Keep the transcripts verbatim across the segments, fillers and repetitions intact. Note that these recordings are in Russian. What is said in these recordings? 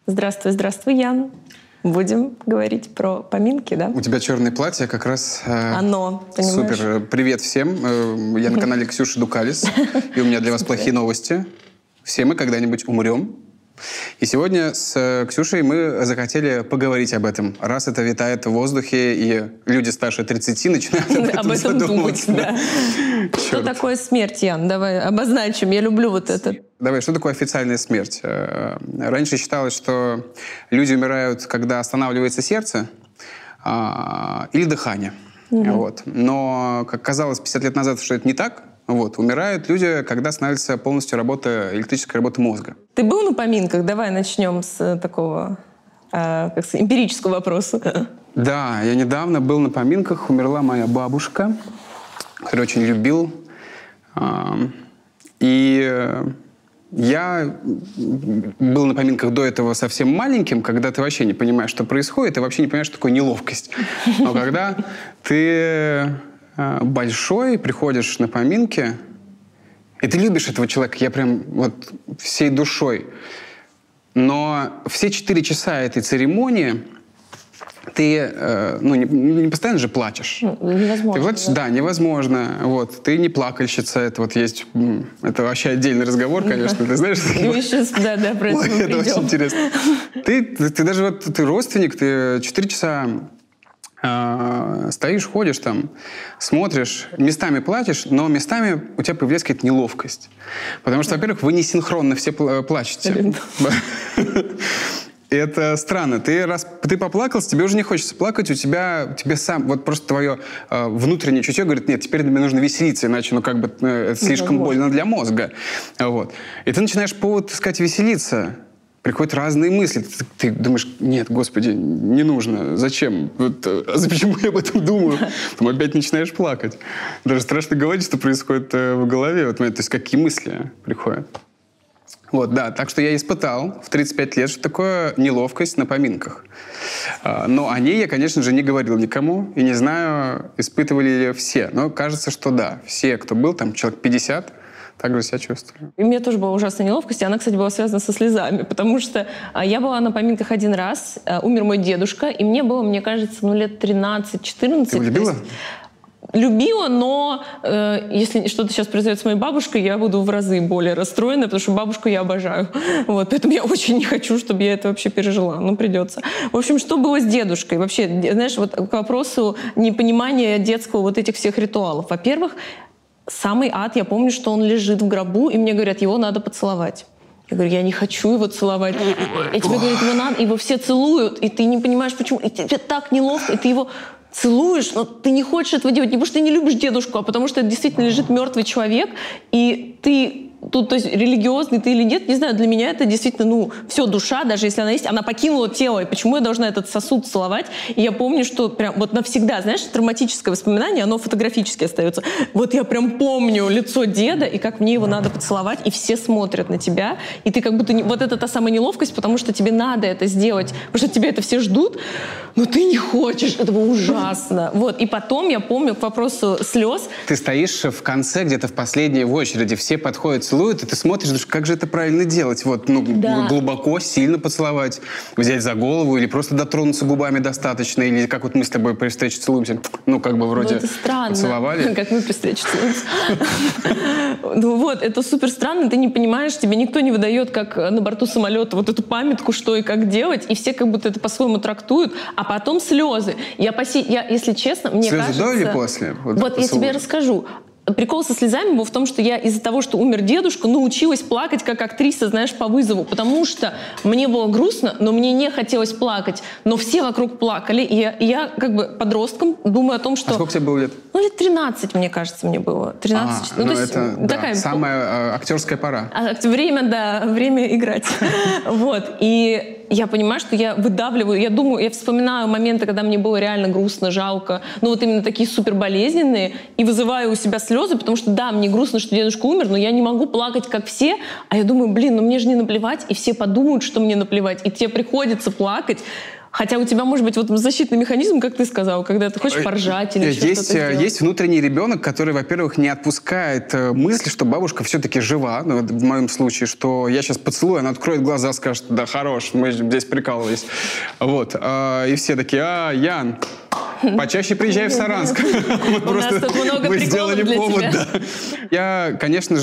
Здравствуй, здравствуй, Ян. Будем говорить про поминки, да? У тебя черное платье, как раз... Э, Оно, понимаешь? Супер. Привет всем. Э, я на канале Ксюши Дукалис. И у меня для вас плохие новости. Все мы когда-нибудь умрем. И сегодня с Ксюшей мы захотели поговорить об этом. Раз это витает в воздухе, и люди старше тридцати начинают об этом, об этом думать. Да. Что такое смерть, Ян? Давай обозначим. Я люблю вот это. Давай, что такое официальная смерть? Раньше считалось, что люди умирают, когда останавливается сердце а, или дыхание. Угу. Вот. Но, как казалось пятьдесят лет назад, что это не так. Вот. Умирают люди, когда становится полностью работа, электрическая работа мозга. Ты был на поминках? Давай начнем с такого э, как сказать, эмпирического вопроса. Да, я недавно был на поминках. Умерла моя бабушка, которую очень любил. И я был на поминках до этого совсем маленьким, когда ты вообще не понимаешь, что происходит, ты вообще не понимаешь, что такое неловкость. Но когда ты большой, приходишь на поминки, и ты любишь этого человека, я прям вот всей душой. Но все четыре часа этой церемонии ты, э, ну, не, не постоянно же плачешь. Невозможно. Ты плачешь? Да, невозможно. Вот. Ты не плакальщица, это вот есть... Это вообще отдельный разговор, конечно, ты знаешь? Мы сейчас, да, да, про это мы Это очень интересно. Ты, ты даже вот, ты родственник, ты четыре часа... стоишь, ходишь там, смотришь, местами плачешь, но местами у тебя появляется какая-то неловкость. Потому что, во-первых, вы не синхронно все плачете. Это странно. Ты раз ты поплакался, тебе уже не хочется плакать, у тебя тебе сам вот просто твое э, внутреннее чутье говорит: нет, теперь тебе нужно веселиться, иначе ну как бы э, это слишком больно для мозга. Вот. И ты начинаешь повод искать веселиться. Приходят разные мысли. Ты, ты думаешь: нет, Господи, не нужно. Зачем? Вот, а почему я об этом думаю? Потом опять начинаешь плакать. Даже страшно говорить, что происходит в голове. Вот, то есть какие мысли приходят. Вот, да, так что я испытал в тридцать пять лет, что такое неловкость на поминках. Но о ней я, конечно же, не говорил никому. И не знаю, испытывали ли все. Но кажется, что да. Все, кто был, там человек пятьдесят, так же себя чувствовали. И мне тоже была ужасная неловкость, и она, кстати, была связана со слезами, потому что а, я была на поминках один раз, а, умер мой дедушка, и мне было, мне кажется, ну лет тринадцать-четырнадцать. Ты его любила? Любила, но э, если что-то сейчас произойдет с моей бабушкой, я буду в разы более расстроена, потому что бабушку я обожаю. Вот, поэтому я очень не хочу, чтобы я это вообще пережила. Ну, придется. В общем, что было с дедушкой? Вообще, знаешь, вот к вопросу непонимания детского вот этих всех ритуалов. Во-первых, самый ад, я помню, что он лежит в гробу, и мне говорят, его надо поцеловать. Я говорю, я не хочу его целовать. И тебе говорят, его надо, его все целуют, и ты не понимаешь, почему. И тебе так неловко, и ты его целуешь, но ты не хочешь этого делать. Не потому что ты не любишь дедушку, а потому что это действительно лежит мертвый человек, и ты... Тут, то есть, религиозный ты или нет, не знаю, для меня это действительно, ну, все, душа, даже если она есть, она покинула тело, и почему я должна этот сосуд целовать? И я помню, что прям вот навсегда, знаешь, травматическое воспоминание, оно фотографически остается. Вот я прям помню лицо деда, и как мне его надо поцеловать, и все смотрят на тебя, и ты как будто... Не... Вот это та самая неловкость, потому что тебе надо это сделать, потому что тебя это все ждут, но ты не хочешь, это ужасно. Вот, и потом я помню к вопросу слез. Ты стоишь в конце, где-то в последней в очереди, все подходят, целуют, и ты смотришь, думаешь, как же это правильно делать? Вот, ну, да. Глубоко, сильно поцеловать, взять за голову, или просто дотронуться губами достаточно, или как вот мы с тобой при встрече целуемся, ну, как бы вроде ну, это странно. Поцеловали. Как мы при встрече целуемся. Ну вот, это супер странно, ты не понимаешь, тебе никто не выдает, как на борту самолета, вот эту памятку, что и как делать, и все как будто это по-своему трактуют, а потом слезы. Я, поси... я если честно, мне слезы кажется... Слезы до или после? Вот, вот я тебе расскажу. Прикол со слезами был в том, что я из-за того, что умер дедушка, научилась плакать как актриса, знаешь, по вызову, потому что мне было грустно, но мне не хотелось плакать, но все вокруг плакали, и я, и я как бы подростком думаю о том, что... А сколько тебе было лет? Ну, лет тринадцать, мне кажется, мне было. тринадцать. А, ну, ну, то есть это такая... да, самая актерская пора. Время, да, время играть. Вот, и я понимаю, что я выдавливаю, я думаю, я вспоминаю моменты, когда мне было реально грустно, жалко, ну вот именно такие суперболезненные, и вызываю у себя слезы, потому что да, мне грустно, что дедушка умер, но я не могу плакать, как все, а я думаю, блин, ну мне же не наплевать, и все подумают, что мне наплевать, и тебе приходится плакать, Хотя у тебя может быть вот защитный механизм, как ты сказал, когда ты хочешь поржать или есть, что-то сделать. Есть внутренний ребенок, который, во-первых, не отпускает мысли, что бабушка все-таки жива. Ну, в моем случае, что я сейчас поцелую, она откроет глаза, скажет: да хорош, мы здесь прикалывались. Вот. И все такие: а, Ян, почаще приезжай в Саранск. У нас тут много приколов для тебя. Я, конечно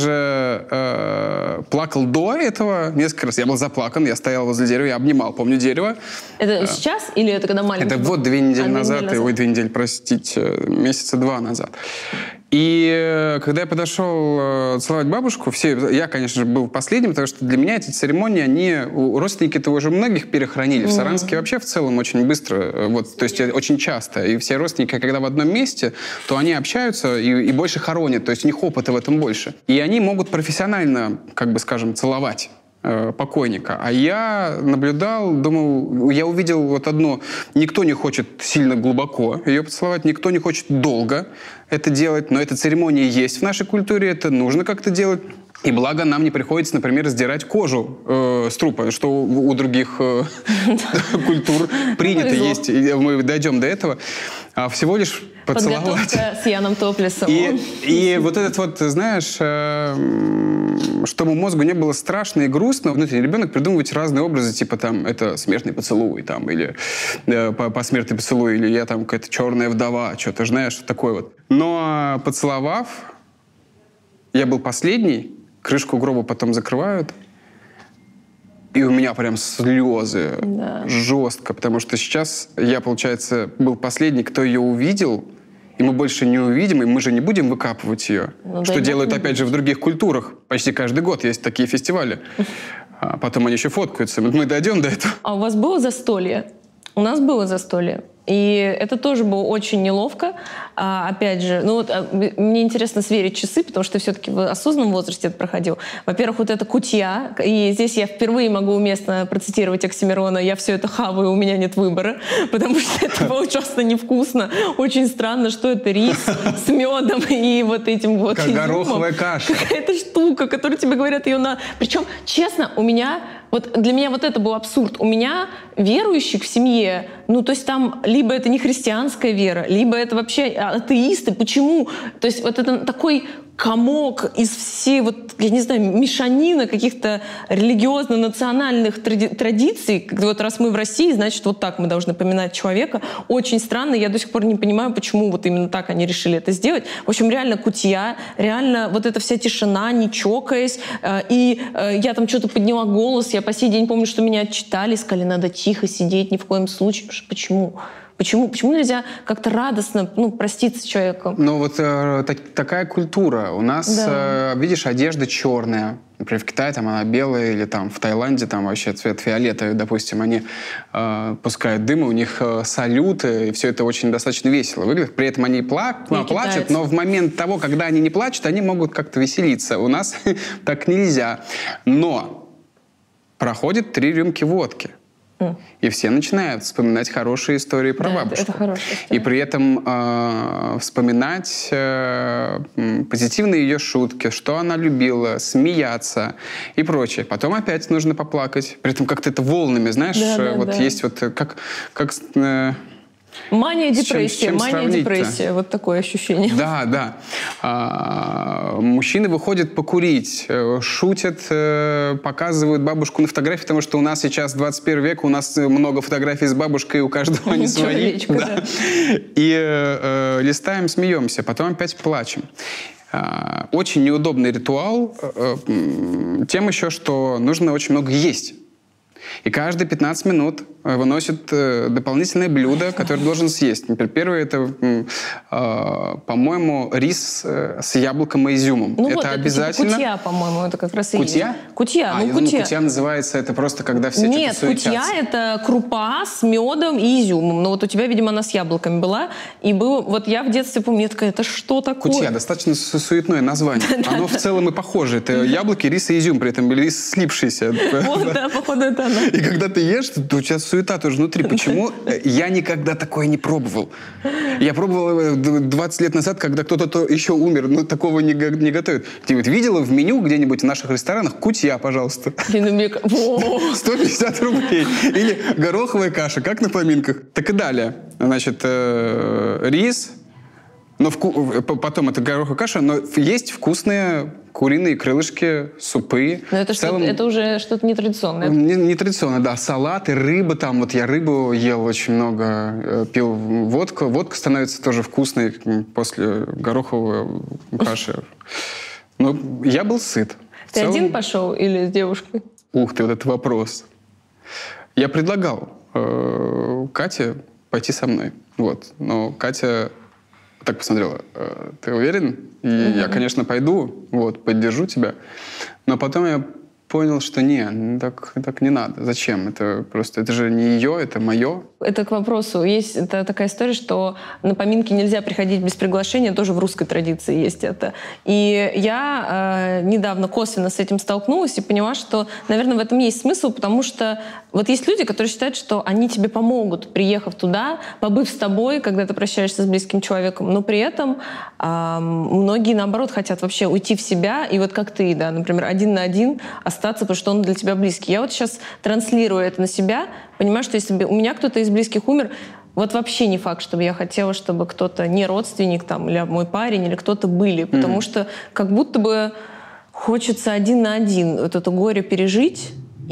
же, плакал до этого несколько раз. Я был заплакан, я стоял возле дерева, я обнимал, помню, дерево. Это сейчас или это когда маленький? Это вот две недели назад, ой, две недели, простите, месяца два назад. И когда я подошел целовать бабушку, все, я, конечно же, был последним, потому что для меня эти церемонии, они, родственники-то уже многих перехоронили. Mm. В Саранске вообще в целом очень быстро, вот, то есть очень часто. И все родственники, когда в одном месте, то они общаются и, и больше хоронят, то есть у них опыта в этом больше. И они могут профессионально, как бы скажем, целовать покойника. А я наблюдал, думал, я увидел вот одно: никто не хочет сильно глубоко ее поцеловать, никто не хочет долго это делать, но эта церемония есть в нашей культуре, это нужно как-то делать. И благо нам не приходится, например, сдирать кожу э, с трупа, что у, у других э, культур принято есть. И мы дойдем до этого. А всего лишь поцеловать. Подготовка с Яном Топлесом. И, и вот этот вот, знаешь, э, чтобы мозгу не было страшно и грустно, внутренний ребенок придумывать разные образы, типа там это смертный поцелуй, там, или э, посмертный поцелуй, или я там какая-то черная вдова, что-то, знаешь, такое вот. Но поцеловав, я был последний, крышку гроба потом закрывают, и у меня прям слезы. Да. Жестко, потому что сейчас я, получается, был последний, кто ее увидел, и мы больше не увидим, и мы же не будем выкапывать ее. Ну, что делают, опять же, в других культурах. Почти каждый год есть такие фестивали. А потом они еще фоткаются. Мы дойдем до этого. А у вас было застолье? У нас было застолье. И это тоже было очень неловко. А, опять же, ну вот а, мне интересно сверить часы, потому что все-таки в осознанном возрасте это проходил. Во-первых, вот это кутья. И здесь я впервые могу уместно процитировать Оксимирона: я все это хаваю, у меня нет выбора. Потому что это было ужасно невкусно. Очень странно, что это рис с медом и вот этим вот как гороховая каша. Какая-то штука, которую тебе говорят ее на... Причем, честно, у меня... Вот для меня вот это был абсурд. У меня верующих в семье, ну, то есть там либо это не христианская вера, либо это вообще атеисты. Почему? То есть вот это такой комок из всей, вот, я не знаю, мешанина каких-то религиозно-национальных тради- традиций. Вот раз мы в России, значит, вот так мы должны поминать человека. Очень странно. Я до сих пор не понимаю, почему вот именно так они решили это сделать. В общем, реально кутья, реально вот эта вся тишина, не чокаясь. И я там что-то подняла голос. Я по сей день помню, что меня отчитали, сказали: надо тихо сидеть, ни в коем случае. Почему? Почему, почему нельзя как-то радостно, ну, проститься человеку? Ну, вот э, так, такая культура. У нас, да. э, видишь, одежда черная. Например, в Китае там она белая, или там в Таиланде там вообще цвет фиолетовый, допустим, они э, пускают дым, у них э, салюты, и все это очень достаточно весело выглядит. При этом они пла- ну, плачут, но в момент того, когда они не плачут, они могут как-то веселиться. У нас так нельзя. Но проходит три рюмки водки. И все начинают вспоминать хорошие истории про да, бабушку. Это, это хорошая история. И при этом э, вспоминать э, позитивные ее шутки, что она любила, смеяться и прочее. Потом опять нужно поплакать. При этом как-то это волнами, знаешь, да, да, вот да. есть вот как... как э, Мания, депрессия, чем, мания, депрессия. Вот такое ощущение. Да, да. А, мужчины выходят покурить, шутят, показывают бабушку на фотографии, потому что у нас сейчас двадцать первый век, у нас много фотографий с бабушкой, у каждого они свои. Да. Да. И э, листаем, смеемся, потом опять плачем. А, очень неудобный ритуал, э, э, тем еще, что нужно очень много есть. И каждые пятнадцать минут выносят э, дополнительное блюдо, которое должен съесть. Например, первое — это, э, по-моему, рис э, с яблоком и изюмом. Ну это вот, обязательно. Это кутья, по-моему, это как раз и кутья? Кутья, а, ну я кутья. Думаю, кутья называется, это просто когда все Нет, что-то суетятся. кутья — это крупа с медом и изюмом. Но вот у тебя, видимо, она с яблоками была. И было, вот я в детстве помню, я такая: это что такое? Кутья, достаточно суетное название. Оно в целом и похоже. Это яблоки, рис и изюм, при этом рис слипшийся. Вот, да, походу, это оно. И когда ты ешь, у тебя суета тоже внутри. Почему я никогда такое не пробовал? Я пробовал двадцать лет назад, когда кто-то еще умер, но такого не, не готовят. Ты вот видела в меню где-нибудь в наших ресторанах кутья, пожалуйста? сто пятьдесят рублей. Или гороховая каша, как на поминках. Так и далее. Значит, э, рис, но вку... потом это гороховая каша, но есть вкусные куриные крылышки, супы. Но это, целом... что-то, это уже что-то нетрадиционное. Не, нетрадиционное, да. Салаты, рыба там. Вот я рыбу ел очень много, пил водку. Водка становится тоже вкусной после гороховой каши. Но я был сыт. Ты целом... один пошел или с девушкой? Ух ты, вот это вопрос. Я предлагал э, Кате пойти со мной. Вот. Но Катя так посмотрела: э, ты уверен? И mm-hmm. я, конечно, пойду, вот, поддержу тебя. Но потом я понял, что не, так, так не надо. Зачем? Это просто, это же не ее, это мое. Это к вопросу. Есть это такая история, что на поминки нельзя приходить без приглашения, тоже в русской традиции есть это. И я э, недавно косвенно с этим столкнулась и поняла, что, наверное, в этом есть смысл, потому что вот есть люди, которые считают, что они тебе помогут, приехав туда, побыв с тобой, когда ты прощаешься с близким человеком, но при этом э, многие, наоборот, хотят вообще уйти в себя, и вот как ты, да, например, один на один остаться, потому что он для тебя близкий. Я вот сейчас транслирую это на себя, понимаю, что если бы у меня кто-то из близких умер, вот вообще не факт, чтобы я хотела, чтобы кто-то, не родственник там, или мой парень, или кто-то были, потому mm-hmm. что как будто бы хочется один на один вот это горе пережить,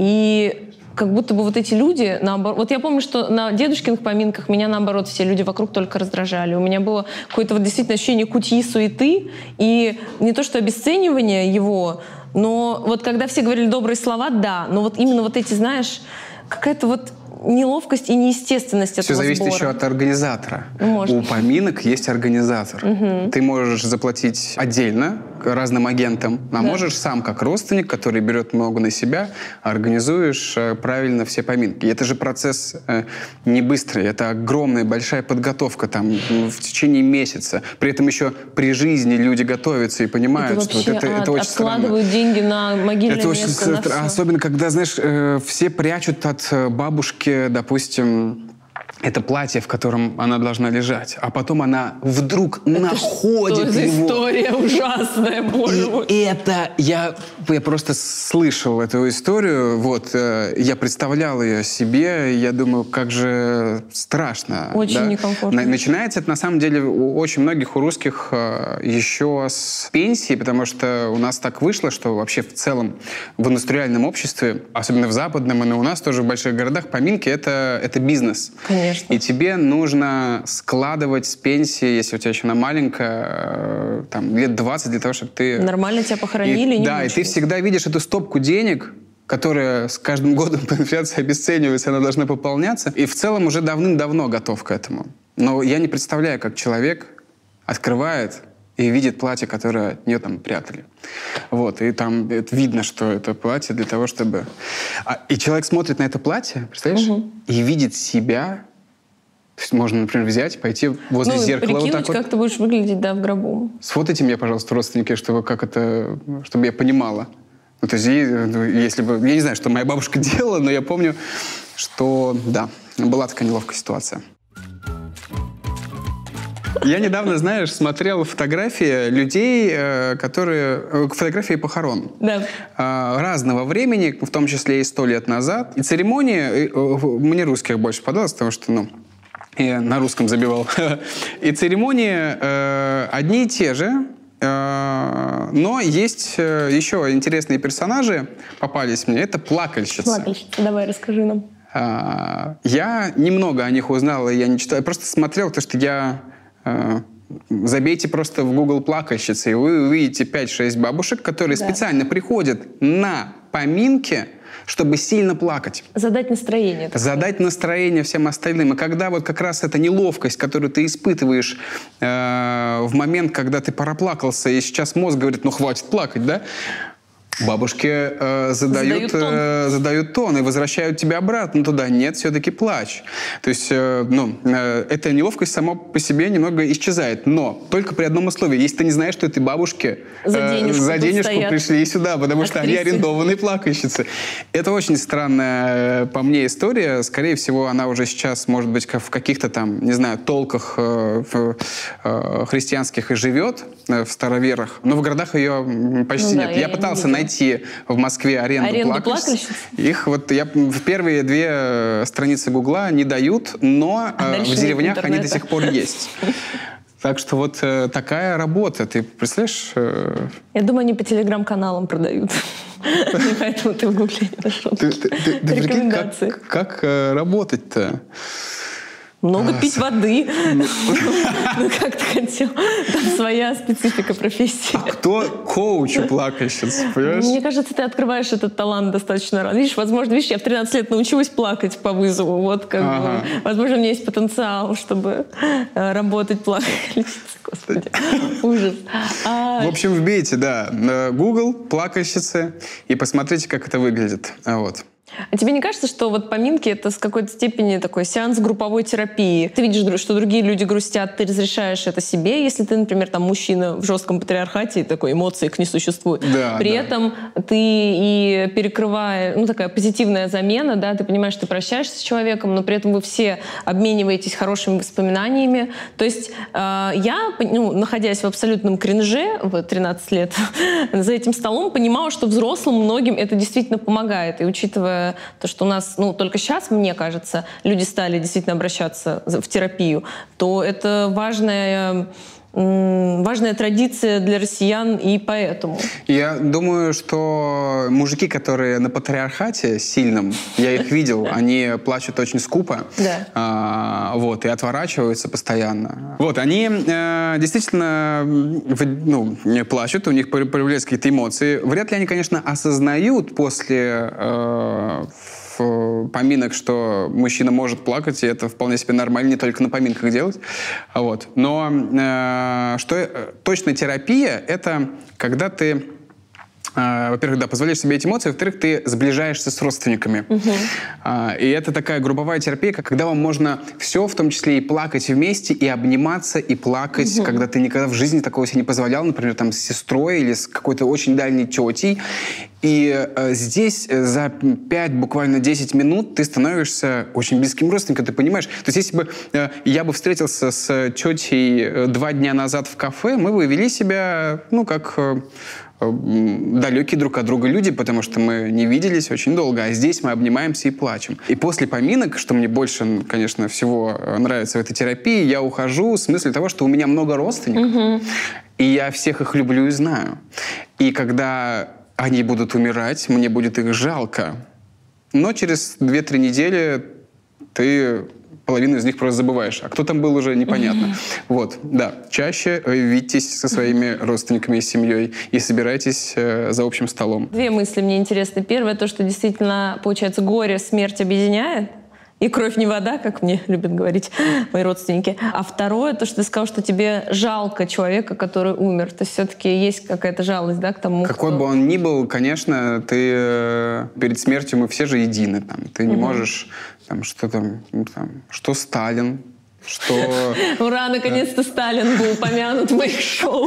и как будто бы вот эти люди, наоборот... Вот я помню, что на дедушкиных поминках меня, наоборот, все люди вокруг только раздражали. У меня было какое-то вот действительно ощущение кутьи, суеты, и не то что обесценивание его, но вот когда все говорили добрые слова, да, но вот именно вот эти, знаешь, какая-то вот неловкость и неестественность этого Все зависит сбора. еще от организатора. Может. У поминок есть организатор. Угу. Ты можешь заплатить отдельно разным агентам, а да. можешь сам, как родственник, который берет много на себя, организуешь правильно все поминки. И это же процесс э, не быстрый, это огромная, большая подготовка там, в течение месяца. При этом еще при жизни люди готовятся и понимают, это что вот это, от, это очень откладывают странно. деньги на могильное это место. Очень стра- особенно, когда, знаешь, э, все прячут от бабушки, допустим, это платье, в котором она должна лежать, а потом она вдруг это находит что его. История ужасная, боже мой. И это я, я просто слышал эту историю, вот я представлял ее себе, я думаю, как же страшно. Очень да? некомфортно. Начинается это на самом деле у очень многих у русских еще с пенсии, потому что у нас так вышло, что вообще в целом в индустриальном обществе, особенно в западном, и у нас тоже в больших городах, поминки это, это бизнес. Конечно. И тебе нужно складывать с пенсии, если у тебя еще она маленькая, там, лет двадцать для того, чтобы ты... Нормально тебя похоронили? И, не да, мучились. И ты всегда видишь эту стопку денег, которая с каждым годом по инфляции обесценивается, она должна пополняться. И в целом уже давным-давно готов к этому. Но я не представляю, как человек открывает и видит платье, которое от нее там прятали. Вот, и там это видно, что это платье для того, чтобы... А, и человек смотрит на это платье, представляешь, угу. и видит себя... То есть можно, например, взять, пойти возле ну, зеркала вот так вот. Как ты будешь выглядеть, да, в гробу. Сфотайте меня, пожалуйста, родственники, чтобы как это, чтобы я понимала. Ну, то есть, если бы... Я не знаю, что моя бабушка делала, но я помню, что, да, была такая неловкая ситуация. Я недавно, знаешь, смотрел фотографии людей, которые... Фотографии похорон. Да. Разного времени, в том числе и сто лет назад. И церемонии... Мне русских больше подалось, потому что, ну... Я на русском забивал. И церемонии э, одни и те же, э, но есть э, еще интересные персонажи, попались мне. Это плакальщицы. Плакальщицы, давай расскажи нам. Э, я немного о них узнал, и я не читал. Я просто смотрел, потому что я... Э, забейте просто в Google плакальщицы, и вы увидите пять-шесть бабушек, которые да. специально приходят на поминки, чтобы сильно плакать. Задать настроение. Такое. Задать настроение всем остальным. И когда вот как раз эта неловкость, которую ты испытываешь э, в момент, когда ты проплакался, и сейчас мозг говорит, ну хватит плакать, да? Бабушки э, задают, задают, тон. Э, задают тон и возвращают тебя обратно туда. Нет, все-таки плачь. То есть, э, ну, э, эта неловкость сама по себе немного исчезает. Но только при одном условии. Если ты не знаешь, что эти бабушки за денежку, э, за денежку пришли сюда, потому актрисы. Что они арендованные плакальщицы. Это очень странная, по мне, история. Скорее всего, она уже сейчас, может быть, в каких-то там, не знаю, толках э, в, э, христианских и живет, э, в староверах. Но в городах ее почти ну, нет. Да, я, я пытался найти найти в Москве аренду, аренду плакальщиц. Их вот я в первые две страницы Гугла не дают, но а в деревнях они до сих пор есть. Так что вот э, такая работа. Ты представляешь? Э... Я думаю, они по телеграм-каналам продают. Поэтому ты в Гугле не нашел. Рекомендации. Как работать-то? Много пить воды. Ну, как ты хотел. Там своя специфика профессии. А кто коуч у плакальщиц, понимаешь? Мне кажется, ты открываешь этот талант достаточно рано. Видишь, возможно, видишь, я в тринадцать лет научилась плакать по вызову. Вот как ага. бы. Возможно, у меня есть потенциал, чтобы работать плакальщицей. Господи, ужас. В общем, вбейте, да, Google, плакальщицы, и посмотрите, как это выглядит. Вот. А тебе не кажется, что вот поминки — это с какой-то степени такой сеанс групповой терапии? Ты видишь, что другие люди грустят, ты разрешаешь это себе, если ты, например, там мужчина в жестком патриархате, и такой эмоции их не существует. Да, При да. этом ты и перекрывая, ну такая позитивная замена, да, ты понимаешь, ты прощаешься с человеком, но при этом вы все обмениваетесь хорошими воспоминаниями. То есть э, я, ну, находясь в абсолютном кринже в тринадцать лет, за этим столом понимала, что взрослым многим это действительно помогает. И учитывая то, что у нас, ну, только сейчас, мне кажется, люди стали действительно обращаться в терапию, то это важная, важная традиция для россиян и поэтому. Я думаю, что мужики, которые на патриархате сильном, я их видел, они плачут очень скупо, да. а, вот, и отворачиваются постоянно. Вот, они э, действительно ну, плачут, у них появляются какие-то эмоции. Вряд ли они, конечно, осознают после э, поминок, что мужчина может плакать, и это вполне себе нормально, не только на поминках делать. Вот. Но э, что точно терапия — это когда ты, э, во-первых, да, позволяешь себе эти эмоции, во-вторых, ты сближаешься с родственниками. Угу. Э, и это такая групповая терапия, когда вам можно все, в том числе и плакать вместе, и обниматься, и плакать, угу. когда ты никогда в жизни такого себе не позволял, например, там, с сестрой или с какой-то очень дальней тетей. И э, здесь э, за пять, буквально десять минут ты становишься очень близким родственником, ты понимаешь? То есть если бы э, я бы встретился с тетей э, два дня назад в кафе, мы бы вели себя, ну, как э, э, далекие друг от друга люди, потому что мы не виделись очень долго, а здесь мы обнимаемся и плачем. И после поминок, что мне больше, конечно, всего нравится в этой терапии, я ухожу с мыслью того, что у меня много родственников, угу. и я всех их люблю и знаю. И когда они будут умирать, мне будет их жалко. Но через две-три недели ты половину из них просто забываешь. А кто там был, уже непонятно. Mm-hmm. Вот, да. Чаще видитесь со своими родственниками и семьей и собирайтесь э, за общим столом. Две мысли мне интересны. Первое, то, что действительно, получается, горе, смерть объединяет. И кровь не вода, как мне любят говорить мои родственники. А второе, то, что ты сказал, что тебе жалко человека, который умер. То есть все-таки есть какая-то жалость, да, к тому, Какой кто... бы он ни был, конечно, ты э, перед смертью мы все же едины. Там. Ты не угу. можешь, там, что там, там, что Сталин, что... Ура, наконец-то Сталин был упомянут в моих шоу.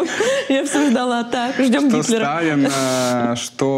Я все ждала. Так, ждем Гитлера. Что Сталин,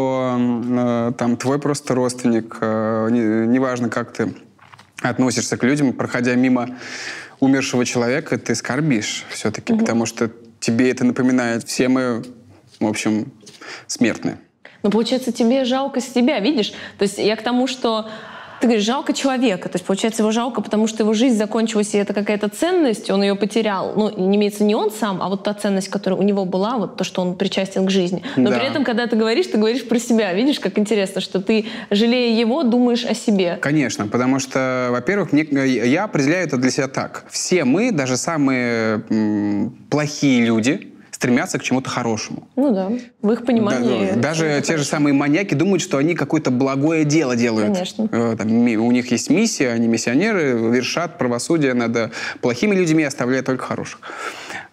что там твой просто родственник, неважно, как ты относишься к людям, проходя мимо умершего человека, ты скорбишь все-таки, потому что тебе это напоминает. Все мы, в общем, смертны. Ну, получается, тебе жалко себя, видишь? То есть я к тому, что ты говоришь, жалко человека. То есть, получается, его жалко, потому что его жизнь закончилась, и это какая-то ценность, он ее потерял. Ну, не имеется не он сам, а вот та ценность, которая у него была, вот то, что он причастен к жизни. Но да. при этом, когда ты говоришь, ты говоришь про себя. Видишь, как интересно, что ты, жалея его, думаешь о себе. Конечно, потому что, во-первых, мне, я определяю это для себя так. Все мы, даже самые м, плохие люди, стремятся к чему-то хорошему. Ну да, в их понимании. Да, даже те хорошо. же самые маньяки думают, что они какое-то благое дело делают. Конечно. Там, у них есть миссия, они миссионеры, вершат правосудие над плохими людьми, оставляя только хороших.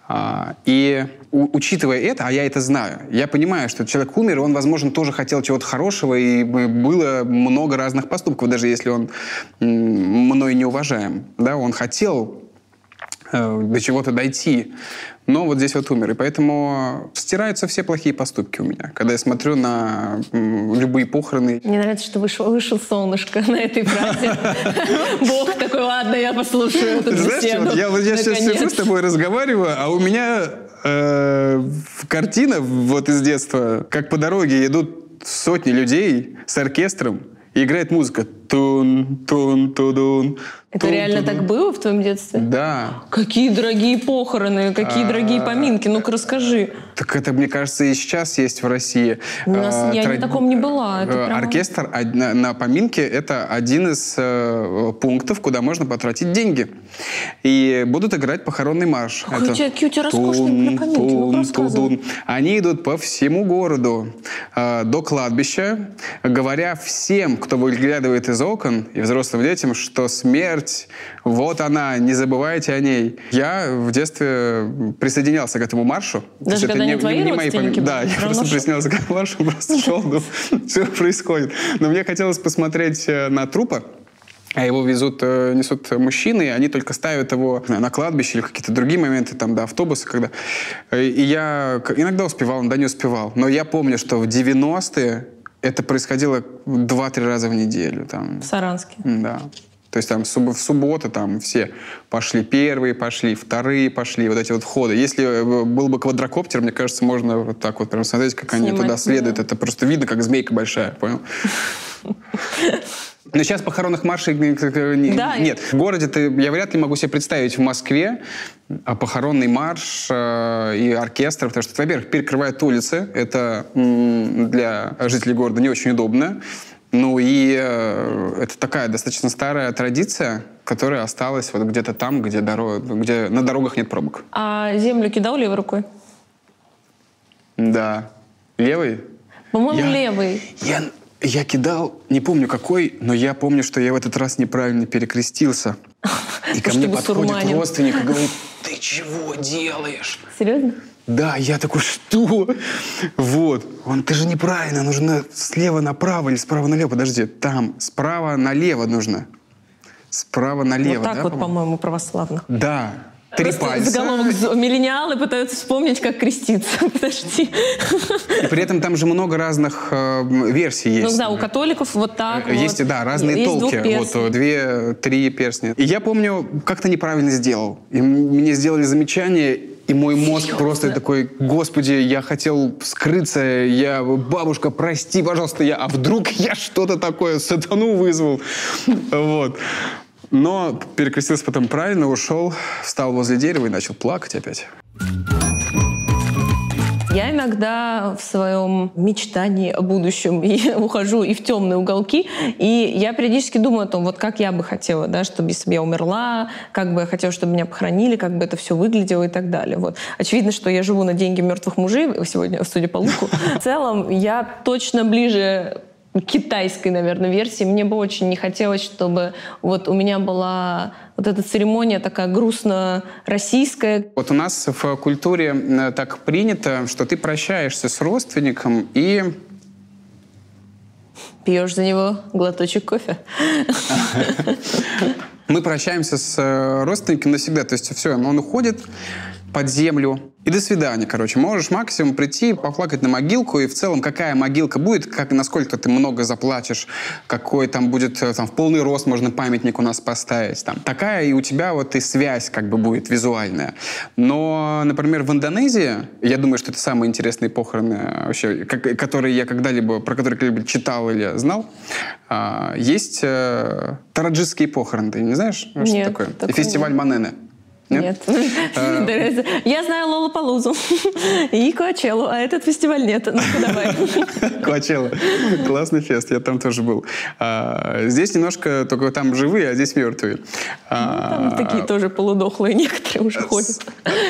И у, учитывая это, а я это знаю, я понимаю, что человек умер, он, возможно, тоже хотел чего-то хорошего, и было много разных поступков, даже если он мной не уважаем. Да, он хотел э, до чего-то дойти, но вот здесь вот умер. И поэтому стираются все плохие поступки у меня, когда я смотрю на м, любые похороны. Мне нравится, что вышел, вышел солнышко на этой фразе. Бог такой, ладно, я послушаю эту беседу. Я сейчас сижу с тобой разговариваю, а у меня картина вот из детства, как по дороге идут сотни людей с оркестром, и играет музыка. Тун, тун, тудун. Это тун, реально тудун. Так было в твоем детстве? Да. Какие дорогие похороны, какие а, дорогие поминки. Ну-ка расскажи. Так это, мне кажется, и сейчас есть в России. У нас, а, я тра... ни таком не была. Это прямо... Оркестр на, на поминке — это один из э, пунктов, куда можно потратить деньги. И будут играть похоронный марш. Какой это... какие у тебя роскошные поминки. Ну, рассказывай. Они идут по всему городу э, до кладбища, говоря всем, кто выглядывает из окон, и взрослым детям, что смерть, вот она, не забывайте о ней. Я в детстве присоединялся к этому маршу. Даже когда не, не твои не родственники? Да, я просто шел. Присоединялся к этому маршу, просто шел, думал, все происходит. Но мне хотелось посмотреть на трупа, а его везут, несут мужчины, и они только ставят его на кладбище или какие-то другие моменты, там, до автобуса, когда... И я иногда успевал, иногда не успевал. Но я помню, что в девяностые это происходило два-три раза в неделю. Там. В Саранске? Да. То есть там в субботу там все пошли первые, пошли вторые, пошли, вот эти вот входы. Если был бы квадрокоптер, мне кажется, можно вот так вот прям смотреть, как Снимать, они туда следуют. Да. Это просто видно, как змейка большая, понял? Но сейчас похоронных маршей да, нет. В городе-то я вряд ли могу себе представить в Москве похоронный марш э, и оркестр, потому что, во-первых, перекрывают улицы. Это м, для жителей города не очень удобно. Ну и э, это такая достаточно старая традиция, которая осталась вот где-то там, где, дорог, где на дорогах нет пробок. А землю кидал левой рукой? Да. Левой? По-моему, я, левой. Я... Я кидал, не помню какой, но я помню, что я в этот раз неправильно перекрестился. И ко мне подходит родственник и говорит: ты чего делаешь? Серьезно? Да, я такой, что? Вот. Он, ты же неправильно, нужно слева направо или справа налево. Подожди, там справа налево нужно. Справа налево, вот так да, вот, по-моему, православных. Да. Три Просто пальца. Заголовок: миллениалы пытаются вспомнить, как креститься. Подожди. И при этом там же много разных э, версий есть. Ну да, у католиков вот так Есть, вот. Да, разные есть толки. Вот две, три перстня. И я помню, как-то неправильно сделал. И мне сделали замечание, и мой мозг Серьезно? Просто такой: господи, я хотел скрыться, я, бабушка, прости, пожалуйста, я, а вдруг я что-то такое, сатану вызвал. Вот. Но перекрестился потом правильно, ушел, встал возле дерева и начал плакать опять. Я иногда в своем мечтании о будущем и ухожу и в темные уголки, и я периодически думаю о том, вот как я бы хотела, да, чтобы если бы я умерла, как бы я хотела, чтобы меня похоронили, как бы это все выглядело и так далее. Вот. Очевидно, что я живу на деньги мертвых мужей сегодня, судя по луку. В целом, я точно ближе китайской, наверное, версии. Мне бы очень не хотелось, чтобы вот у меня была вот эта церемония такая грустно-российская. Вот у нас в культуре так принято, что ты прощаешься с родственником и... Пьешь за него глоточек кофе. Мы прощаемся с родственником навсегда. То есть все, он уходит под землю. И до свидания, короче. Можешь максимум прийти, поплакать на могилку, и в целом какая могилка будет, как, насколько ты много заплачешь, какой там будет, там, в полный рост можно памятник у нас поставить. Там. Такая и у тебя вот и связь как бы будет визуальная. Но, например, в Индонезии, я думаю, что это самые интересные похороны вообще, как, которые я когда-либо, про которые когда-либо читал или знал, а, есть а, тараджитские похороны. Ты не знаешь, что Нет, такое? такое? И фестиваль Манене. Нет. нет. Я знаю Лоллапалузу и Коачеллу, а этот фестиваль нет. Ну-ка, давай. Коачелла. Классный фест, я там тоже был. А, здесь немножко, только там живые, а здесь мертвые. А, ну, там такие тоже полудохлые некоторые уже ходят.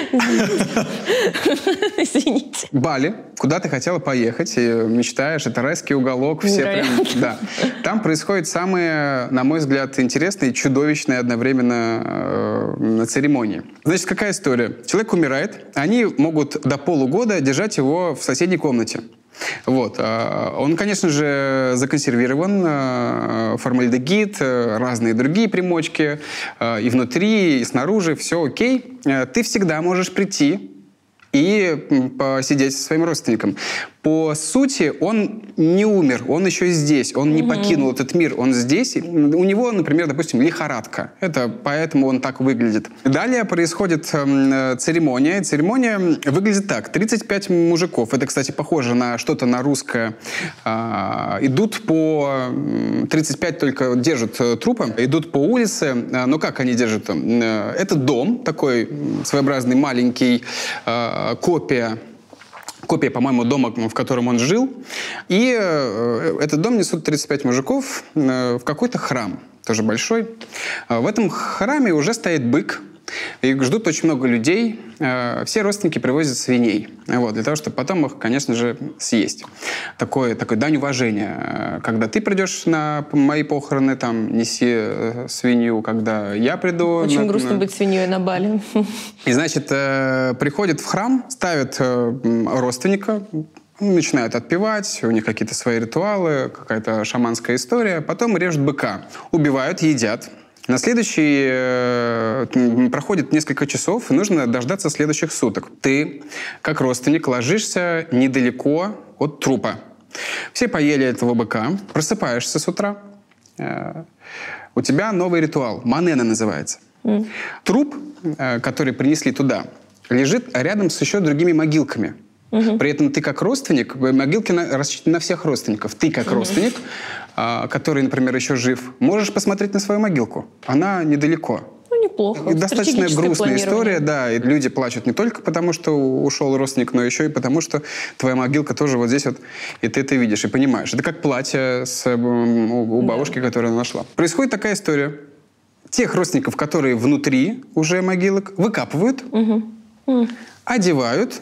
Извините. Бали, куда ты хотела поехать, и мечтаешь, это райский уголок, все прям, да. Там происходят самые, на мой взгляд, интересные и чудовищные одновременно э, церемонии. церемонии. Значит, какая история? Человек умирает, они могут до полугода держать его в соседней комнате. Вот. Он, конечно же, законсервирован, формальдегид, разные другие примочки, и внутри, и снаружи, все окей. Ты всегда можешь прийти и посидеть со своим родственником. По сути, он не умер, он еще здесь, он не покинул этот мир, он здесь. У него, например, допустим, лихорадка. Это поэтому он так выглядит. Далее происходит э, церемония. Церемония выглядит так. тридцать пять мужиков, это, кстати, похоже на что-то на русское, э, идут по... тридцать пять только держат э, трупы, идут по улице. Э, но как они держат? Э, это дом, такой своеобразный маленький, э, копия Копия, по-моему, дома, в котором он жил. И э, этот дом несут тридцать пять мужиков э, в какой-то храм, тоже большой. Э, в этом храме уже стоит бык. И ждут очень много людей. Э, все родственники привозят свиней. Вот, для того, чтобы потом их, конечно же, съесть. Такой, такой дань уважения. Когда ты придешь на мои похороны, там, неси э, свинью. Когда я приду... Очень на, грустно на... быть свиньей на Бали. И, значит, э, приходят в храм, ставят э, родственника, начинают отпевать, у них какие-то свои ритуалы, какая-то шаманская история. Потом режут быка, убивают, едят. На следующий э, проходит несколько часов, и нужно дождаться следующих суток. Ты, как родственник, ложишься недалеко от трупа. Все поели этого быка, просыпаешься с утра. Э, у тебя новый ритуал, манена называется. Mm. Труп, э, который принесли туда, лежит рядом с еще другими могилками. Угу. При этом ты как родственник, могилки на, рассчитаны на всех родственников. Ты как угу. родственник, а, который, например, еще жив, можешь посмотреть на свою могилку. Она недалеко. Ну, неплохо. И достаточно грустная история, да. И люди плачут не только потому, что ушел родственник, но еще и потому, что твоя могилка тоже вот здесь вот, и ты это видишь и понимаешь. Это как платье с, у, у бабушки, да. которую она нашла. Происходит такая история. Тех родственников, которые внутри уже могилок, выкапывают, угу. Mm. одевают,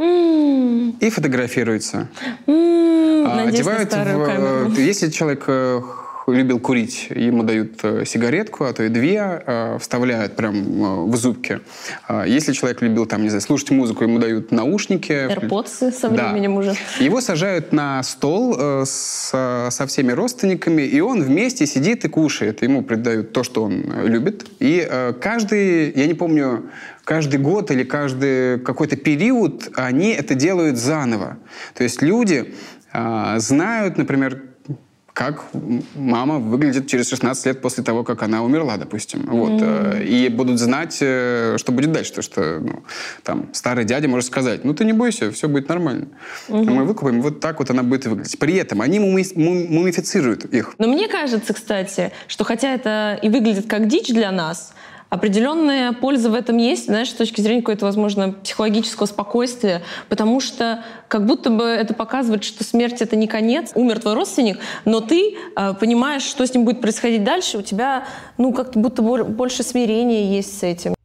Mm. и фотографируются. Mm. А, одевают в, если человек э, любил курить, ему дают э, сигаретку, а то и две, э, вставляют прям э, в зубки. А, если человек любил, там, не знаю, слушать музыку, ему дают наушники. AirPods со временем да. уже. Его сажают на стол э, с, со всеми родственниками, и он вместе сидит и кушает. Ему придают то, что он любит. И э, каждый, я не помню, каждый год или каждый какой-то период они это делают заново. То есть люди э, знают, например, как мама выглядит через шестнадцать лет после того, как она умерла, допустим. Mm-hmm. Вот. Э, и будут знать, э, что будет дальше. То, что ну, там, старый дядя может сказать, ну ты не бойся, все будет нормально. Mm-hmm. Мы выкупаем, вот так вот она будет выглядеть. При этом они муми- мумифицируют их. Но мне кажется, кстати, что хотя это и выглядит как дичь для нас, определенная польза в этом есть, знаешь, с точки зрения какого-то, возможно, психологического спокойствия, потому что как будто бы это показывает, что смерть — это не конец. Умер твой родственник, но ты э, понимаешь, что с ним будет происходить дальше, у тебя, ну, как будто больше смирения есть с этим.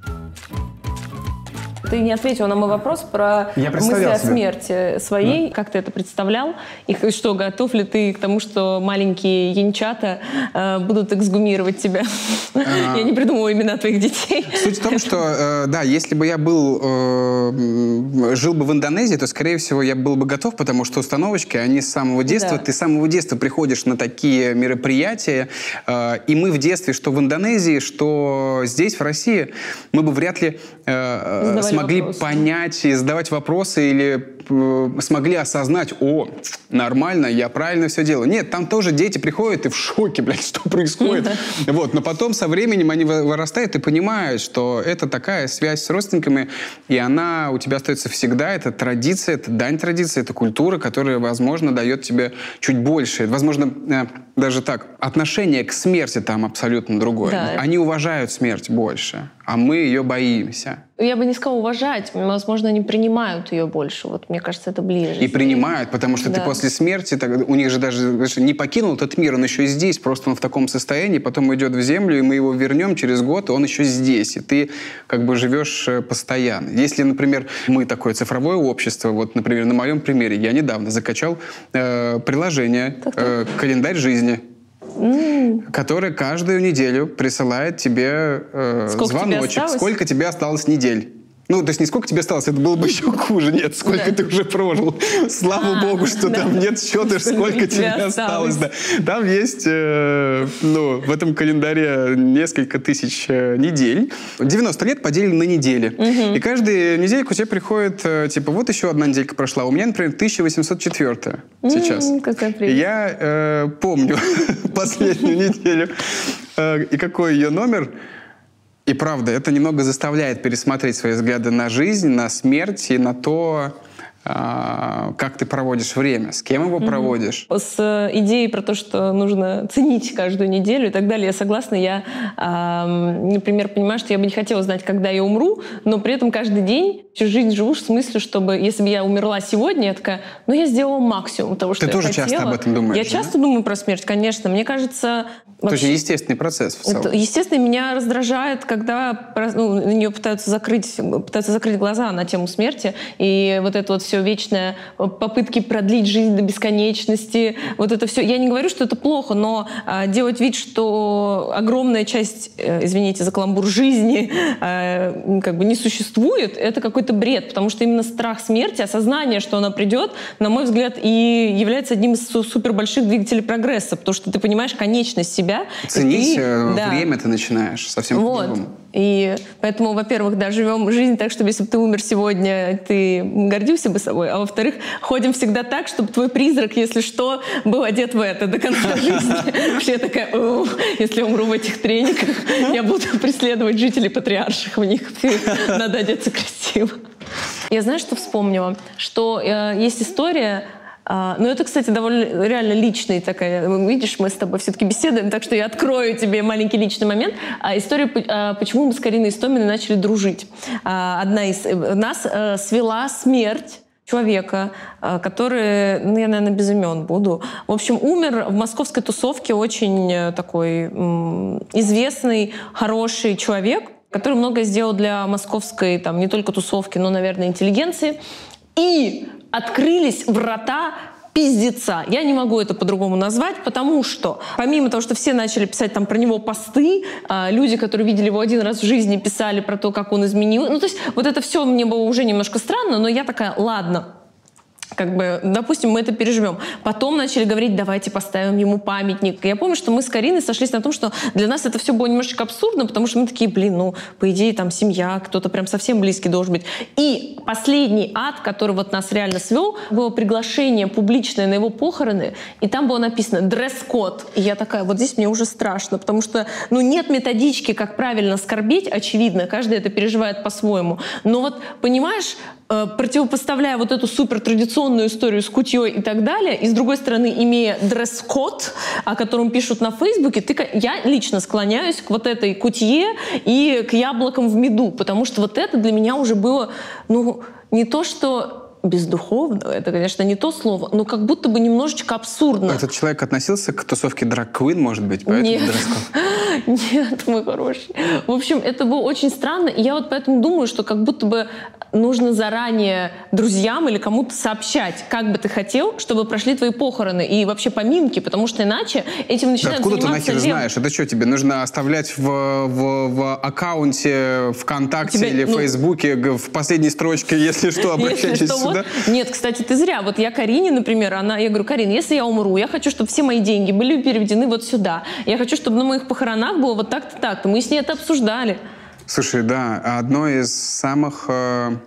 Ты не ответил на мой вопрос про мысли о смерти своей. Да. Как ты это представлял? И что, готов ли ты к тому, что маленькие янчата э, будут эксгумировать тебя? А... Я не придумываю имена твоих детей. Суть в том, что, э, да, если бы я был, э, жил бы в Индонезии, то, скорее всего, я был бы готов, потому что установочки, они с самого детства, да. ты с самого детства приходишь на такие мероприятия, э, и мы в детстве, что в Индонезии, что здесь, в России, мы бы вряд ли э, смогли вопросы. понять и задавать вопросы или э, смогли осознать, о, нормально, я правильно все делаю. Нет, там тоже дети приходят и в шоке, блядь, что происходит. Вот, но потом со временем они вырастают и понимают, что это такая связь с родственниками, и она у тебя остается всегда. Это традиция, это дань традиции, это культура, которая, возможно, дает тебе чуть больше. Возможно, э, даже так, отношение к смерти там абсолютно другое. Да. Они уважают смерть больше, а мы ее боимся. Я бы не сказала уважать, возможно, они принимают ее больше. Вот мне кажется, это ближе. И принимают, потому что да. ты после смерти, так, у них же даже не покинул этот мир, он еще и здесь, просто он в таком состоянии, потом идет в землю, и мы его вернем через год, и он еще здесь, и ты как бы живешь постоянно. Если, например, мы такое цифровое общество, вот, например, на моем примере, я недавно закачал э, приложение э, «Календарь жизни». mm. который каждую неделю присылает тебе э, звоночек, тебе сколько тебе осталось недель. Ну, то есть не сколько тебе осталось, это было бы еще хуже. Нет, сколько да. ты уже прожил. Слава а, богу, что да. там нет счета, сколько тебе осталось. Да. Там есть, э, ну, в этом календаре несколько тысяч э, недель. девяносто лет поделили на недели. Угу. И каждую недельку тебе приходит, э, типа, вот еще одна неделька прошла. У меня, например, тысяча восемьсот четвёртая сейчас. М-м, какая прелесть. И я э, помню последнюю неделю. Э, и какой ее номер. И правда, это немного заставляет пересмотреть свои взгляды на жизнь, на смерть и на то, как ты проводишь время, с кем его mm-hmm. проводишь. С идеей про то, что нужно ценить каждую неделю и так далее, я согласна. Я, например, понимаю, что я бы не хотела знать, когда я умру, но при этом каждый день всю жизнь живу в смысле, чтобы, если бы я умерла сегодня, я такая, ну, я сделала максимум того, что ты я хотела. Ты тоже часто об этом думаешь? Я да? часто думаю про смерть, конечно. Мне кажется... Это очень естественный процесс в целом. Это, естественно, меня раздражает, когда ну, на нее пытаются закрыть, пытаются закрыть глаза на тему смерти, и вот это вот все вечное, попытки продлить жизнь до бесконечности, вот это все. Я не говорю, что это плохо, но а, делать вид, что огромная часть, э, извините за каламбур, жизни э, как бы не существует, это какой-то бред, потому что именно страх смерти, осознание, что она придет, на мой взгляд, и является одним из супер больших двигателей прогресса, потому что ты понимаешь конечность себя. Ценить ты, да. время ты начинаешь совсем вот. по-другому. И поэтому, во-первых, да, живем жизнь так, чтобы если бы ты умер сегодня, ты гордился бы собой, а во-вторых, ходим всегда так, чтобы твой призрак, если что, был одет в это до конца жизни. Потому что я такая, если я умру в этих трениках, я буду преследовать жителей патриарших в них. Надо одеться красиво. Я знаю, что вспомнила, что есть история. Uh, ну, это, кстати, довольно реально личный такая. Видишь, мы с тобой все-таки беседуем, так что я открою тебе маленький личный момент. Uh, история, uh, почему мы с Кариной Истоминой начали дружить. Uh, одна из нас uh, свела смерть человека, uh, который, ну, я, наверное, без имен буду. В общем, умер в московской тусовке очень uh, такой um, известный, хороший человек, который многое сделал для московской, там, не только тусовки, но, наверное, интеллигенции. И открылись врата пиздеца. Я не могу это по-другому назвать, потому что помимо того, что все начали писать там про него посты, люди, которые видели его один раз в жизни, писали про то, как он изменил. Ну, то есть вот это все мне было уже немножко странно, но я такая, ладно, как бы, допустим, мы это переживем. Потом начали говорить, давайте поставим ему памятник. Я помню, что мы с Кариной сошлись на том, что для нас это все было немножечко абсурдно, потому что мы такие, блин, ну, по идее, там, семья, кто-то прям совсем близкий должен быть. И последний ад, который вот нас реально свел, было приглашение публичное на его похороны, и там было написано «дресс-код». И я такая, вот здесь мне уже страшно, потому что, ну, нет методички, как правильно скорбеть, очевидно, каждый это переживает по-своему. Но вот, понимаешь, противопоставляя вот эту супертрадиционную историю с кутьей и так далее, и с другой стороны, имея дресс-код, о котором пишут на Фейсбуке, ты, я лично склоняюсь к вот этой кутье и к яблокам в меду, потому что вот это для меня уже было, ну, не то что бездуховно, это, конечно, не то слово, но как будто бы немножечко абсурдно. Этот человек относился к тусовке драг-квин, может быть, поэтому Нет. дресс-код? Нет, мой хороший. В общем, это было очень странно, и я вот поэтому думаю, что как будто бы нужно заранее друзьям или кому-то сообщать, как бы ты хотел, чтобы прошли твои похороны и вообще поминки, потому что иначе этим начинают да, откуда заниматься... Откуда ты нахер знаешь? Это что, тебе нужно оставлять в, в, в аккаунте ВКонтакте тебя, или в ну, Фейсбуке в последней строчке, если что, обращайтесь если что, сюда? Вот. Нет, кстати, ты зря. Вот я Карине, например, она, я говорю, Карин, если я умру, я хочу, чтобы все мои деньги были переведены вот сюда. Я хочу, чтобы на моих похоронах было вот так-то, так-то. Мы с ней это обсуждали. Слушай, да, одно из самых э,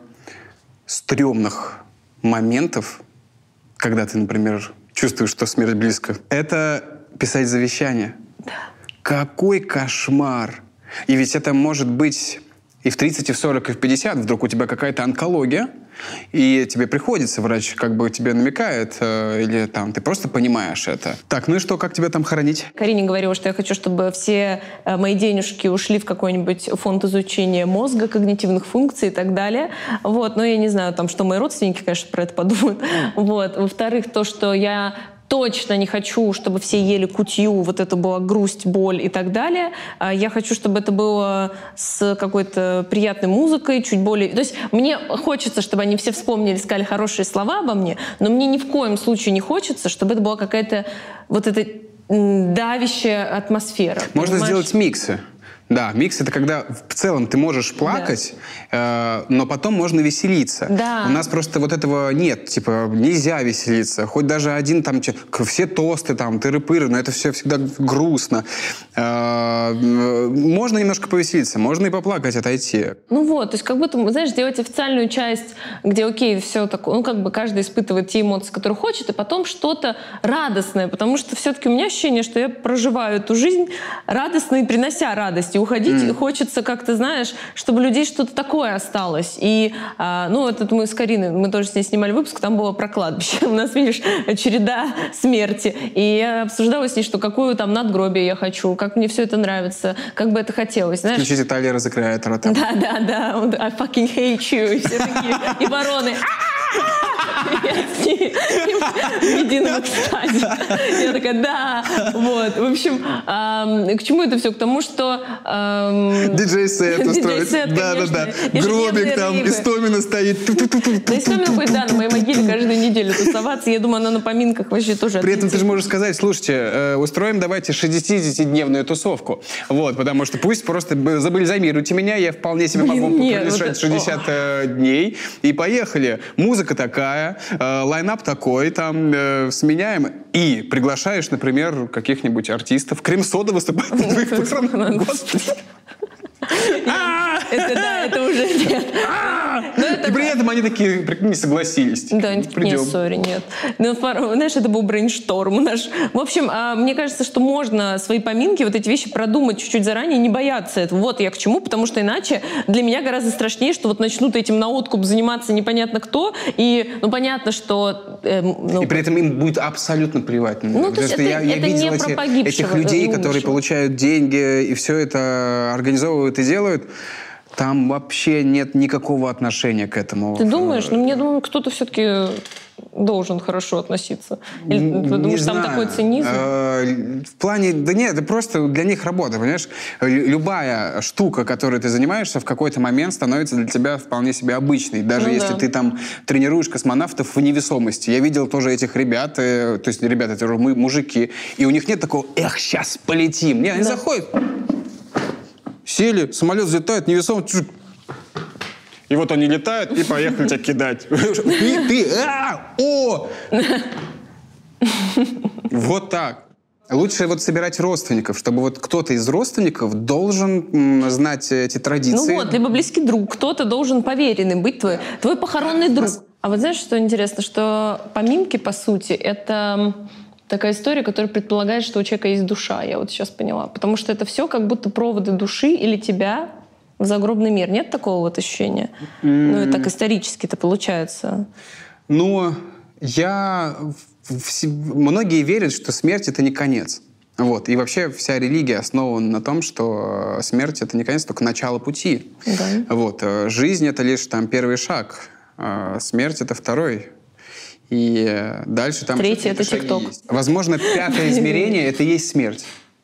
стрёмных моментов, когда ты, например, чувствуешь, что смерть близко, это писать завещание. Да. Какой кошмар! И ведь это может быть и в тридцать, и в сорок, и в пятьдесят. Вдруг у тебя какая-то онкология, и тебе приходится, врач как бы тебе намекает, э, или там ты просто понимаешь это. Так, ну и что, как тебя там хоронить? Карине говорила, что я хочу, чтобы все э, мои денежки ушли в какой-нибудь фонд изучения мозга, когнитивных функций и так далее. Вот, но я не знаю, там, что мои родственники, конечно, про это подумают. Вот. Во-вторых, то, что я точно не хочу, чтобы все ели кутью, вот это была грусть, боль и так далее. Я хочу, чтобы это было с какой-то приятной музыкой, чуть более... То есть мне хочется, чтобы они все вспомнили, сказали хорошие слова обо мне, но мне ни в коем случае не хочется, чтобы это была какая-то вот эта давящая атмосфера. Можно понимаешь? сделать миксы. Да, микс — это когда в целом ты можешь плакать, да. э, но потом можно веселиться. Да. У нас просто вот этого нет. Типа, нельзя веселиться. Хоть даже один там, все тосты там, тыры-пыры, но это все всегда грустно. Э, можно немножко повеселиться, можно и поплакать, отойти. Ну вот, то есть как будто, знаешь, делать официальную часть, где, окей, все такое, ну как бы каждый испытывает те эмоции, которые хочет, и потом что-то радостное, потому что все-таки у меня ощущение, что я проживаю эту жизнь радостно и принося радость. Уходить mm. хочется как-то, знаешь, чтобы у людей что-то такое осталось. И, а, ну, вот это мы с Кариной, мы тоже с ней снимали выпуск, там было про кладбище. У нас, видишь, череда смерти. И я обсуждала с ней, что какую там надгробие я хочу, как мне все это нравится, как бы это хотелось, знаешь. Включите Талия разыграет рота. Да, да, да. I fucking hate you. И все такие, и вороны. В едином экстазе. Я такая, да, вот. В общем, к чему это все? К тому, что... Диджей-сет устроить. Да, да, да. Гробик там, Истомина стоит. Да, Истомина будет, да, на моей могиле каждую неделю тусоваться. Я думаю, она на поминках вообще тоже... При этом ты же можешь сказать, слушайте, устроим давайте шестидесятидневную тусовку. Вот, потому что пусть просто забальзамируйте меня, я вполне себе могу продержать шестьдесят дней. И поехали. Музыка такая, лайнап такой, там, э, сменяем. И приглашаешь, например, каких-нибудь артистов. Крем-сода выступает на твоих похоронах. Господи. Это да, это уже нет. И при этом они такие, прикинь, не согласились. Да, они такие, нет, сори, нет. Знаешь, это был брейншторм наш. В общем, мне кажется, что можно свои поминки, вот эти вещи продумать чуть-чуть заранее, не бояться этого. Вот я к чему, потому что иначе для меня гораздо страшнее, что вот начнут этим на откуп заниматься непонятно кто, и, ну, понятно, что... Э, ну, и при этом им будет абсолютно плевать. Ну, то есть это, я, я это видел не эти, про погибшего, этих людей, умершего. которые получают деньги и все это организовывают и делают. Там вообще нет никакого отношения к этому. Ты думаешь? Ну, мне думаю, кто-то все-таки должен хорошо относиться. Или ты думаешь, там такой цинизм? В плане... Да нет, это просто для них работа, понимаешь? Любая штука, которой ты занимаешься, в какой-то момент становится для тебя вполне себе обычной. Даже ну, если да. ты там тренируешь космонавтов в невесомости. Я видел тоже этих ребят, то есть ребята, это мужики, и у них нет такого «эх, сейчас полетим». Нет, они да. заходят... Сели, самолет взлетает, невесомо. И вот они летают и поехали тебя кидать. И ты, а, о! Вот так. Лучше вот собирать родственников, чтобы вот кто-то из родственников должен м, знать эти традиции. Ну вот, либо близкий друг, кто-то должен поверенный быть, твой, твой похоронный друг. А вот знаешь, что интересно? Что поминки, по сути, это... такая история, которая предполагает, что у человека есть душа, я вот сейчас поняла. Потому что это все как будто проводы души или тебя в загробный мир. Нет такого вот ощущения? Mm. Ну и так исторически это получается. Ну, я... Многие верят, что смерть — это не конец. Вот. И вообще вся религия основана на том, что смерть — это не конец, только начало пути. Да. Вот. Жизнь — это лишь там первый шаг, а смерть — это второй. И дальше там... Третье — это ТикТок. Возможно, пятое измерение — это и есть смерть.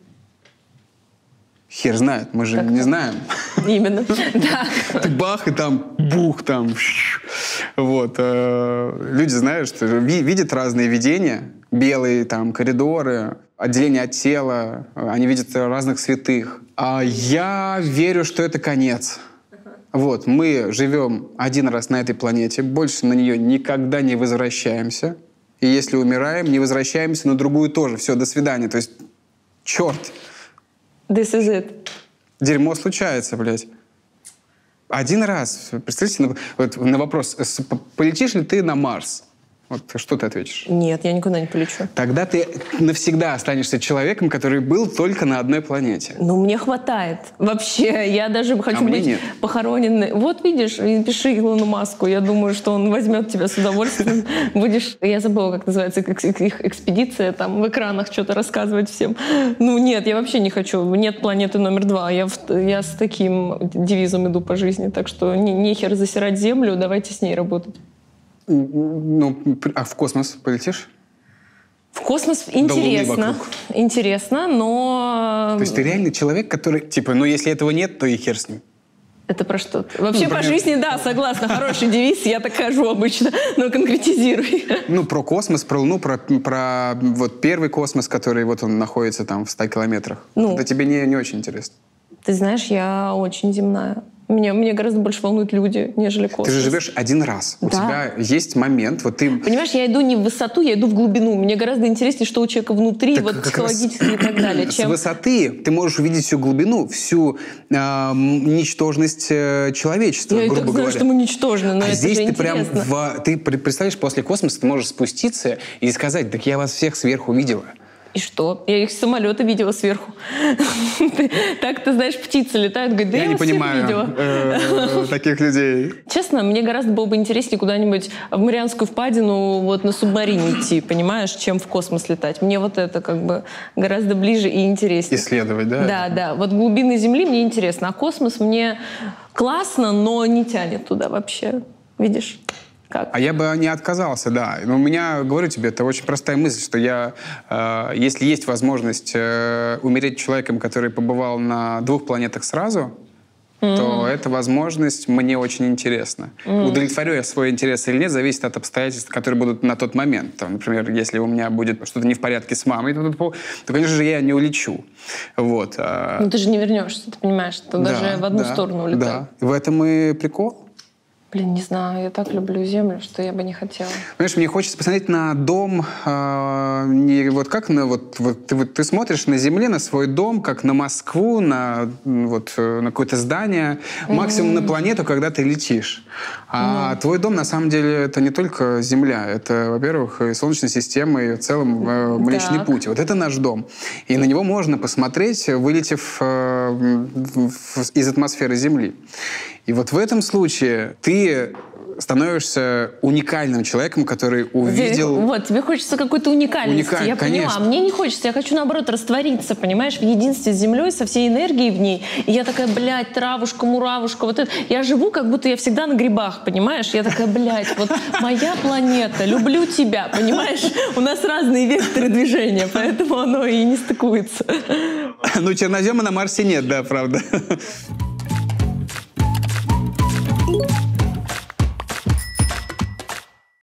Хер знает, мы же так, не знаем. Именно, да. Ты бах, и там бух, там... Вот. Люди знают, что видят разные видения. Белые там коридоры, отделение от тела. Они видят разных святых. А я верю, что это конец. Вот, мы живем один раз на этой планете, больше на нее никогда не возвращаемся. И если умираем, не возвращаемся на другую тоже. Все, до свидания. То есть, черт. This is it. Дерьмо случается, блядь. Один раз. Представьте, на, вот, на вопрос, полетишь ли ты на Марс? Вот что ты ответишь? Нет, я никуда не полечу. Тогда ты навсегда останешься человеком, который был только на одной планете. Ну, мне хватает. Вообще, я даже хочу а быть нет. похороненной. Вот видишь, пиши Илону Маску. Я думаю, что он возьмет тебя с удовольствием. Будешь... Я забыла, как называется их экспедиция. Там в экранах что-то рассказывать всем. Ну, нет, я вообще не хочу. Нет планеты номер два. Я, в... я с таким девизом иду по жизни. Так что не, нехер засирать Землю. Давайте с ней работать. Ну, а в космос полетишь? В космос интересно. Интересно, но... То есть ты реально человек, который... Типа, ну, если этого нет, то и хер с ним. Это про что? Вообще ну, по жизни, да, согласна. Хороший девиз, я так хожу обычно, но конкретизируй. Ну, про космос, про Луну, про, про вот первый космос, который вот он находится там в ста километрах. Ну, это тебе не, не очень интересно? Ты знаешь, я очень земная. Меня, мне гораздо больше волнуют люди, нежели космос. Ты же живешь один раз. У да. тебя есть момент, вот ты... Понимаешь, я иду не в высоту, я иду в глубину. Мне гораздо интереснее, что у человека внутри, так вот психологически раз... и так далее. Чем... С высоты ты можешь увидеть всю глубину, всю э, ничтожность э, человечества, я грубо так говоря. знаю, что мы ничтожны, но а это здесь же ты интересно. прям... В... Ты представляешь, после космоса ты можешь спуститься и сказать, так я вас всех сверху видела. И что? Я их с самолета видела сверху. Так, ты знаешь, птицы летают, говорят, да я, я не понимаю таких людей. Честно, мне гораздо было бы интереснее куда-нибудь в Марианскую впадину вот на субмарине идти, понимаешь, чем в космос летать. Мне вот это как бы гораздо ближе и интереснее. Исследовать, да? Да, да. Вот глубины Земли мне интересно, а космос мне классно, но не тянет туда вообще. Видишь? Как? А я бы не отказался, да. Но у меня, говорю тебе, это очень простая мысль, что я, э, если есть возможность э, умереть человеком, который побывал на двух планетах сразу, mm-hmm. то эта возможность мне очень интересна. Mm-hmm. Удовлетворю я свой интерес или нет, зависит от обстоятельств, которые будут на тот момент. Там, например, если у меня будет что-то не в порядке с мамой, то, то, то конечно же, я не улечу. Вот. Но ты же не вернешься, ты понимаешь, ты да, даже в одну да, сторону улетаешь. Да, в этом и прикол. Блин, не знаю, я так люблю Землю, что я бы не хотела. Понимаешь, мне хочется посмотреть на дом, э, не вот как на вот, вот, ты, вот ты смотришь на Земле, на свой дом, как на Москву, на вот на какое-то здание, mm-hmm. максимум на планету, когда ты летишь. А mm-hmm. твой дом на самом деле это не только Земля, это, во-первых, и Солнечная система, и в целом э, Млечный так. Путь. Вот это наш дом, и на него можно посмотреть, вылетев э, в, в, из атмосферы Земли. И вот в этом случае ты становишься уникальным человеком, который увидел... Вот, тебе хочется какой-то уникальности. Уникаль... Я Конечно. поняла. Мне не хочется. Я хочу, наоборот, раствориться, понимаешь, в единстве с землей, со всей энергией в ней. И я такая, блядь, травушка, муравушка, вот это. Я живу, как будто я всегда на грибах, понимаешь? Я такая, блядь, вот моя планета, люблю тебя, понимаешь? У нас разные векторы движения, поэтому оно и не стыкуется. Ну, чернозема на Марсе нет, да, правда. Thank you.